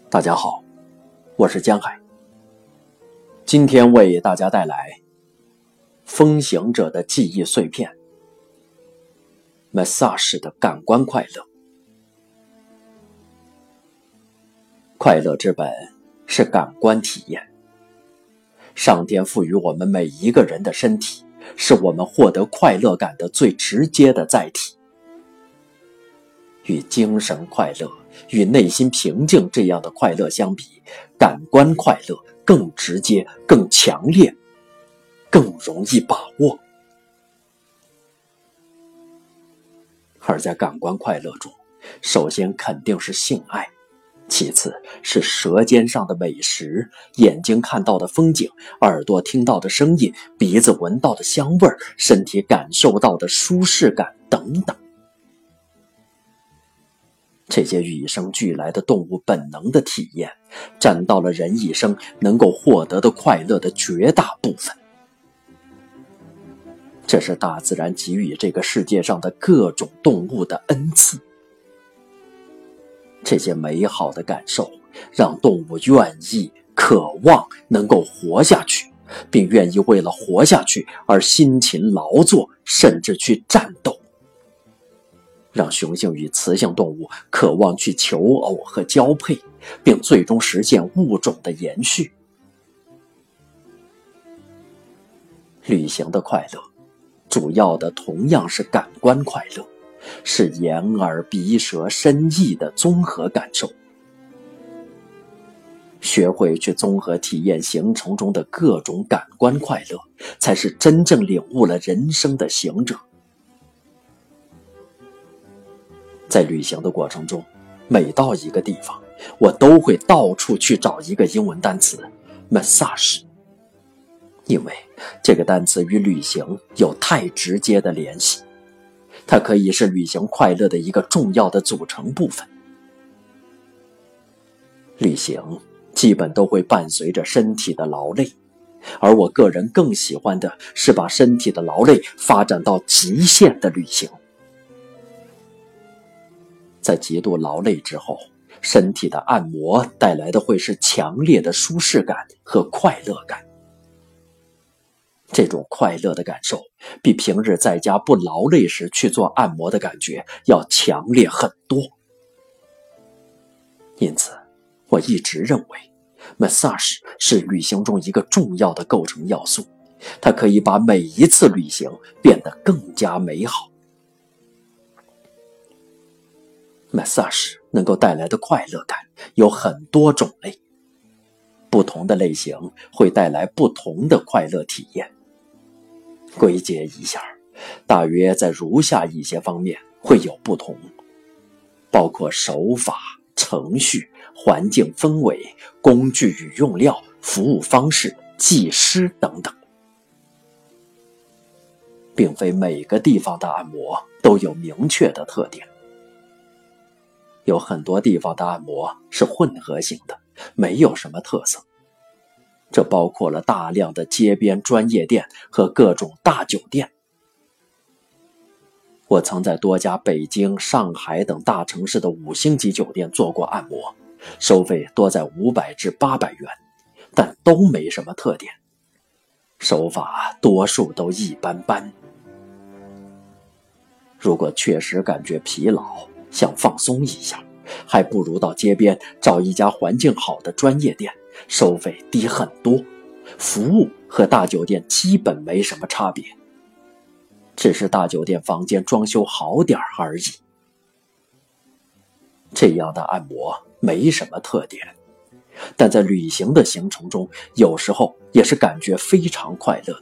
大家好，我是江海。今天为大家带来风行者的记忆碎片 Massage 的感官快乐。快乐之本是感官体验，上天赋予我们每一个人的身体，是我们获得快乐感的最直接的载体。与精神快乐、与内心平静这样的快乐相比，感官快乐更直接、更强烈、更容易把握。而在感官快乐中，首先肯定是性爱，其次是舌尖上的美食，眼睛看到的风景，耳朵听到的声音，鼻子闻到的香味，身体感受到的舒适感等等。这些与生俱来的动物本能的体验，占到了人一生能够获得的快乐的绝大部分。这是大自然给予这个世界上的各种动物的恩赐。这些美好的感受让动物愿意、渴望能够活下去，并愿意为了活下去而辛勤劳作，甚至去战斗。让雄性与雌性动物渴望去求偶和交配，并最终实现物种的延续。旅行的快乐，主要的同样是感官快乐，是眼耳鼻舌身意的综合感受。学会去综合体验行程中的各种感官快乐，才是真正领悟了人生的行者。在旅行的过程中，每到一个地方，我都会到处去找一个英文单词 Massage， 因为这个单词与旅行有太直接的联系，它可以是旅行快乐的一个重要的组成部分。旅行基本都会伴随着身体的劳累，而我个人更喜欢的是把身体的劳累发展到极限的旅行。在极度劳累之后，身体的按摩带来的会是强烈的舒适感和快乐感。这种快乐的感受比平日在家不劳累时去做按摩的感觉要强烈很多。因此，我一直认为 Massage 是旅行中一个重要的构成要素，它可以把每一次旅行变得更加美好。Massage 能够带来的快乐感有很多种类，不同的类型会带来不同的快乐体验。归结一下，大约在如下一些方面会有不同，包括手法、程序、环境氛围、工具与用料、服务方式、技师等等。并非每个地方的按摩都有明确的特点。有很多地方的按摩是混合型的，没有什么特色。这包括了大量的街边专业店和各种大酒店。我曾在多家北京、上海等大城市的5星级酒店做过按摩，收费多在500至800元，但都没什么特点，手法多数都一般般。如果确实感觉疲劳，想放松一下，还不如到街边找一家环境好的专业店，收费低很多，服务和大酒店基本没什么差别，只是大酒店房间装修好点而已。这样的按摩没什么特点，但在旅行的行程中，有时候也是感觉非常快乐的。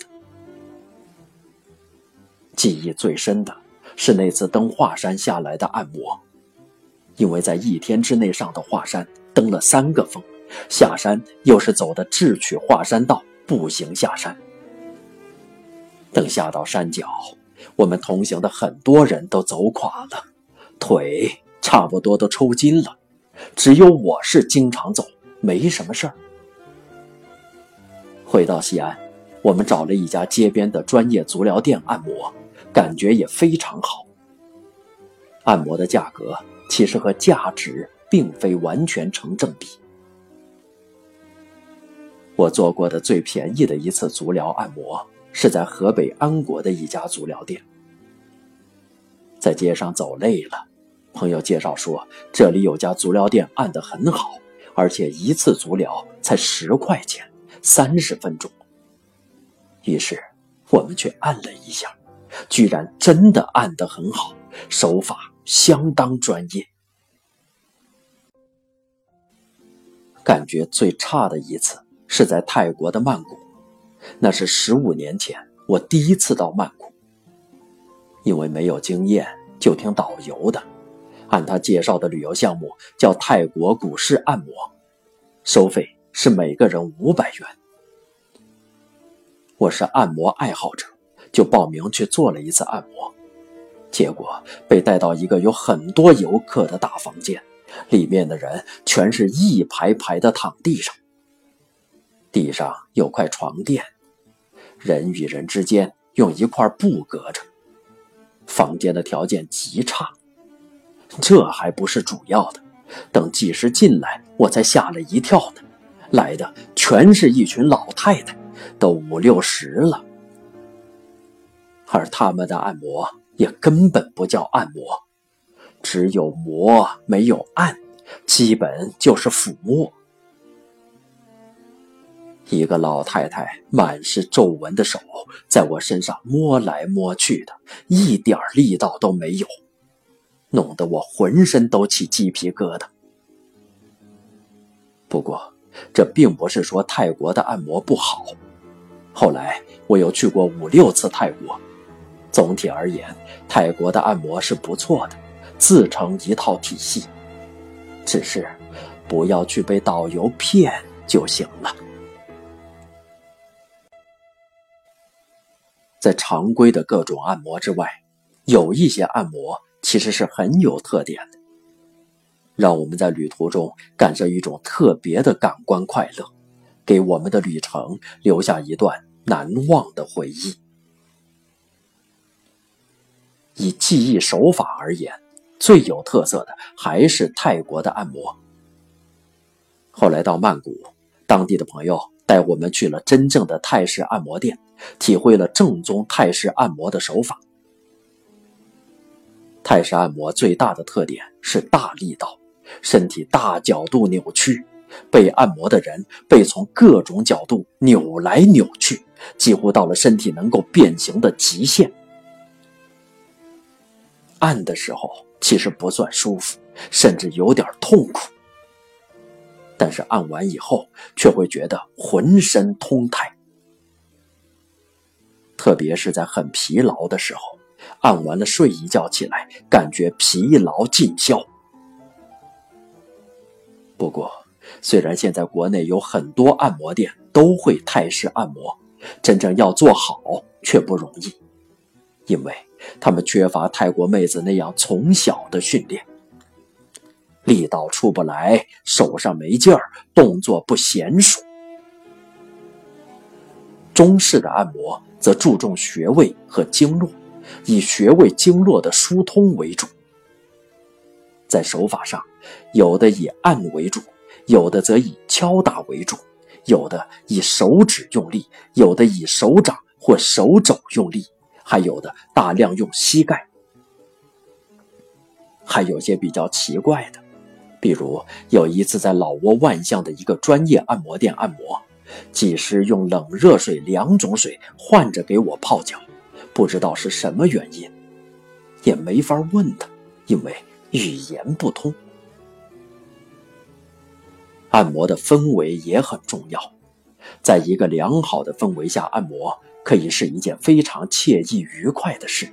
记忆最深的是那次登华山下来的按摩，因为在1天之内上的华山，登了3个峰，下山又是走的智取华山道，步行下山。等下到山脚，我们同行的很多人都走垮了，腿差不多都抽筋了，只有我是经常走，没什么事儿。回到西安，我们找了一家街边的专业足疗店按摩，感觉也非常好。按摩的价格其实和价值并非完全成正比， 我做过的最便宜的一次足疗按摩是在河北安国的一家足疗店。在街上走累了，朋友介绍说这里有家足疗店按得很好，而且一次足疗才10块钱，30分钟。于是我们去按了一下，居然真的按得很好，手法相当专业。感觉最差的一次是在泰国的曼谷，那是15年前我第一次到曼谷。因为没有经验，就听导游的，按他介绍的旅游项目叫泰国股市按摩，收费是每个人500元。我是按摩爱好者，就报名去做了一次按摩，结果被带到一个有很多游客的大房间，里面的人全是一排排的躺地上，地上有块床垫，人与人之间用一块布隔着，房间的条件极差。这还不是主要的，等技师进来我才吓了一跳呢，来的全是一群老太太，都50、60了。而他们的按摩也根本不叫按摩，只有摩没有按，基本就是抚摸。一个老太太满是皱纹的手在我身上摸来摸去的，一点力道都没有，弄得我浑身都起鸡皮疙瘩。不过这并不是说泰国的按摩不好，后来我又去过5、6次泰国，总体而言泰国的按摩是不错的，自成一套体系，只是不要去被导游骗就行了。在常规的各种按摩之外，有一些按摩其实是很有特点的，让我们在旅途中感受一种特别的感官快乐，给我们的旅程留下一段难忘的回忆。以技艺手法而言，最有特色的还是泰国的按摩。后来到曼谷，当地的朋友带我们去了真正的泰式按摩店，体会了正宗泰式按摩的手法。泰式按摩最大的特点是大力道，身体大角度扭曲，被按摩的人被从各种角度扭来扭去，几乎到了身体能够变形的极限。按的时候其实不算舒服，甚至有点痛苦，但是按完以后却会觉得浑身通泰。特别是在很疲劳的时候，按完了睡一觉起来，感觉疲劳尽消。不过虽然现在国内有很多按摩店都会泰式按摩，真正要做好却不容易，因为他们缺乏泰国妹子那样从小的训练，力道出不来，手上没劲儿，动作不娴熟。中式的按摩则注重穴位和经络，以穴位经络的疏通为主。在手法上，有的以按为主，有的则以敲打为主，有的以手指用力，有的以手掌或手肘用力，还有的大量用膝盖。还有些比较奇怪的，比如有一次在老挝万象的一个专业按摩店按摩，技师用冷热水2种水换着给我泡脚，不知道是什么原因，也没法问他，因为语言不通。按摩的氛围也很重要，在一个良好的氛围下按摩，可以是一件非常惬意愉快的事。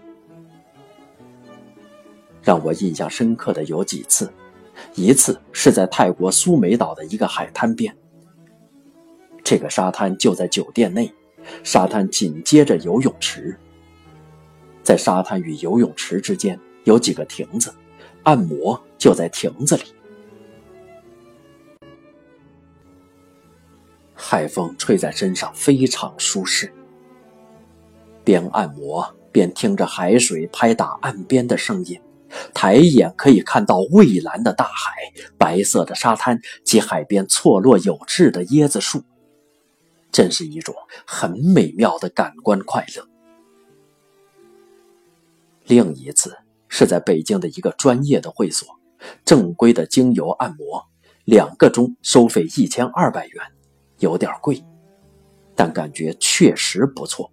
让我印象深刻的有几次，一次是在泰国苏梅岛的一个海滩边，这个沙滩就在酒店内，沙滩紧接着游泳池，在沙滩与游泳池之间有几个亭子，按摩就在亭子里。海风吹在身上非常舒适，边按摩边听着海水拍打岸边的声音，抬眼可以看到蔚蓝的大海、白色的沙滩及海边错落有致的椰子树。 真是一种很美妙的感官快乐。另一次是在北京的一个专业的会所，正规的精油按摩，2个钟收费1200元，有点贵，但感觉确实不错。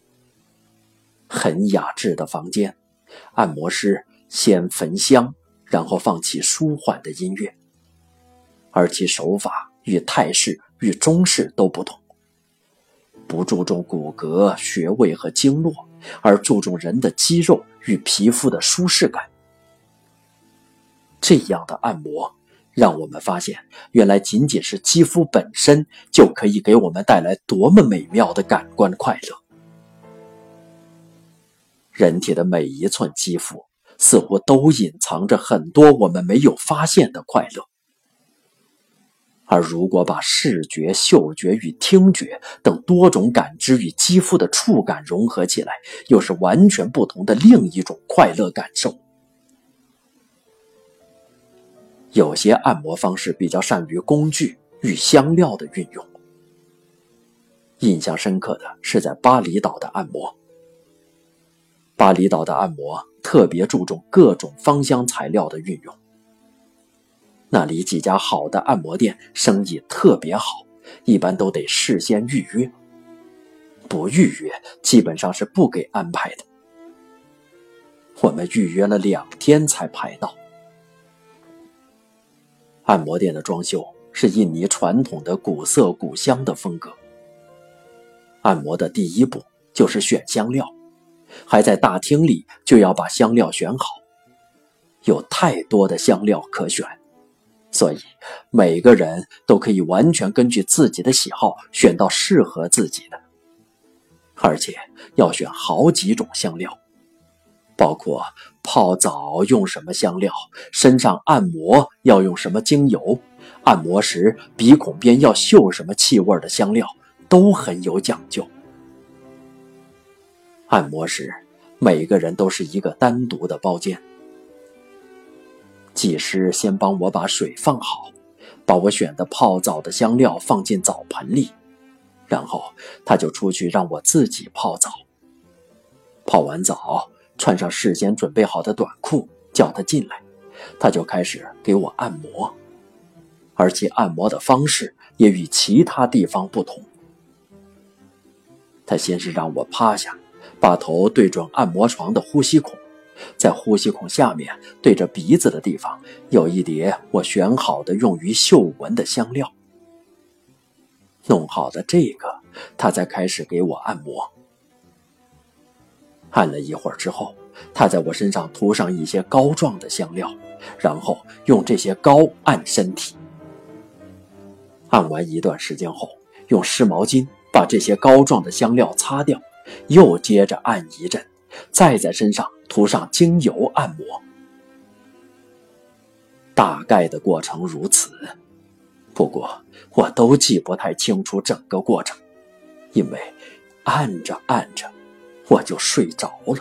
很雅致的房间，按摩师先焚香，然后放起舒缓的音乐，而其手法与泰式与中式都不同，不注重骨骼、穴位和经络，而注重人的肌肉与皮肤的舒适感。这样的按摩让我们发现，原来仅仅是肌肤本身就可以给我们带来多么美妙的感官快乐。人体的每一寸肌肤似乎都隐藏着很多我们没有发现的快乐。而如果把视觉、嗅觉与听觉等多种感知与肌肤的触感融合起来，又是完全不同的另一种快乐感受。有些按摩方式比较善于工具与香料的运用。印象深刻的是在巴厘岛的按摩。巴厘岛的按摩特别注重各种芳香材料的运用。那里几家好的按摩店生意特别好，一般都得事先预约，不预约基本上是不给安排的。我们预约了2天才排到。按摩店的装修是印尼传统的古色古香的风格。按摩的第一步就是选香料，还在大厅里就要把香料选好。有太多的香料可选，所以每个人都可以完全根据自己的喜好选到适合自己的。而且要选好几种香料，包括泡澡用什么香料，身上按摩要用什么精油，按摩时鼻孔边要嗅什么气味的香料，都很有讲究。按摩时每个人都是一个单独的包间，技师先帮我把水放好，把我选的泡澡的香料放进澡盆里，然后他就出去让我自己泡澡。泡完澡，穿上事先准备好的短裤，叫他进来，他就开始给我按摩，而且按摩的方式也与其他地方不同。他先是让我趴下，把头对准按摩床的呼吸孔，在呼吸孔下面对着鼻子的地方有一叠我选好的用于嗅闻的香料。弄好的这个，他才开始给我按摩。按了一会儿之后，他在我身上涂上一些膏状的香料，然后用这些膏按身体。按完一段时间后，用湿毛巾把这些膏状的香料擦掉，又接着按一阵，再在身上涂上精油按摩。大概的过程如此，不过我都记不太清楚整个过程，因为按着按着我就睡着了。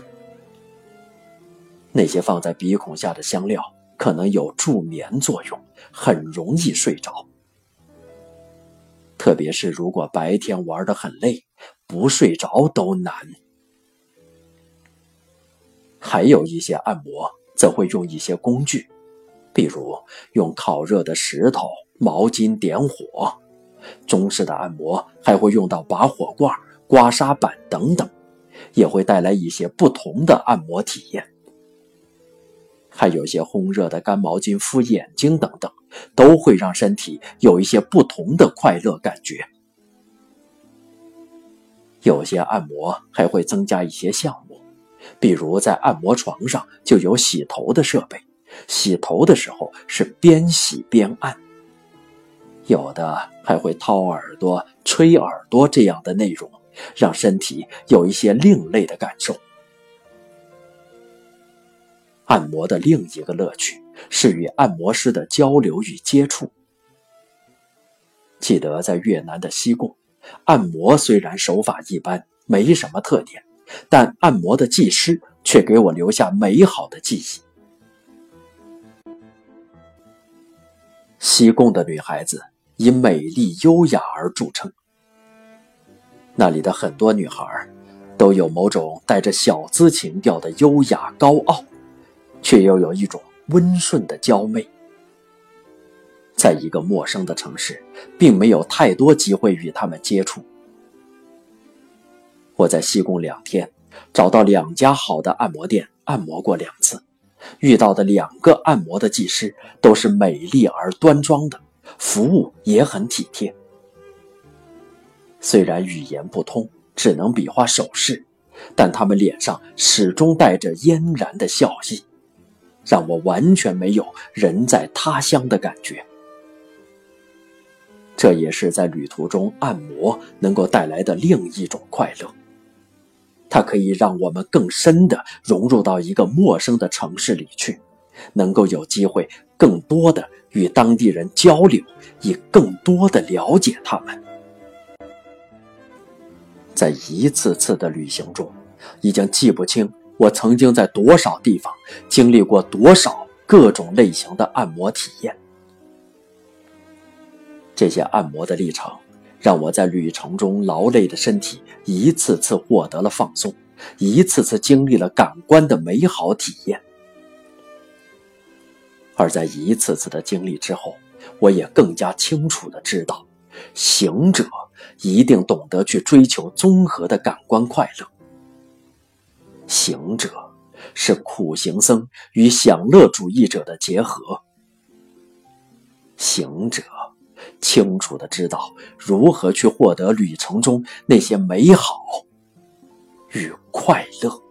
那些放在鼻孔下的香料可能有助眠作用，很容易睡着。特别是如果白天玩得很累，不睡着都难。还有一些按摩则会用一些工具，比如用烤热的石头、毛巾点火。中式的按摩还会用到拔火罐、刮痧板等等，也会带来一些不同的按摩体验。还有些烘热的干毛巾敷眼睛等等，都会让身体有一些不同的快乐感觉。有些按摩还会增加一些项目，比如在按摩床上就有洗头的设备，洗头的时候是边洗边按。有的还会掏耳朵、吹耳朵这样的内容，让身体有一些另类的感受。按摩的另一个乐趣是与按摩师的交流与接触。记得在越南的西贡，按摩虽然手法一般，没什么特点，但按摩的技师却给我留下美好的记忆。西贡的女孩子以美丽优雅而著称， 那里的很多女孩都有某种带着小资情调的优雅高傲，却又有一种温顺的娇媚。在一个陌生的城市，并没有太多机会与他们接触。我在西贡2天，找到2家好的按摩店按摩过2次，遇到的2个按摩的技师都是美丽而端庄的，服务也很体贴。虽然语言不通，只能比划手势，但他们脸上始终带着嫣然的笑意，让我完全没有人在他乡的感觉。这也是在旅途中按摩能够带来的另一种快乐，它可以让我们更深地融入到一个陌生的城市里去，能够有机会更多地与当地人交流，以更多地了解他们。在一次次的旅行中，已经记不清我曾经在多少地方经历过多少各种类型的按摩体验。这些按摩的历程让我在旅程中劳累的身体一次次获得了放松，一次次经历了感官的美好体验。而在一次次的经历之后，我也更加清楚地知道，行者一定懂得去追求综合的感官快乐。行者是苦行僧与享乐主义者的结合。行者清楚地知道如何去获得旅程中那些美好与快乐。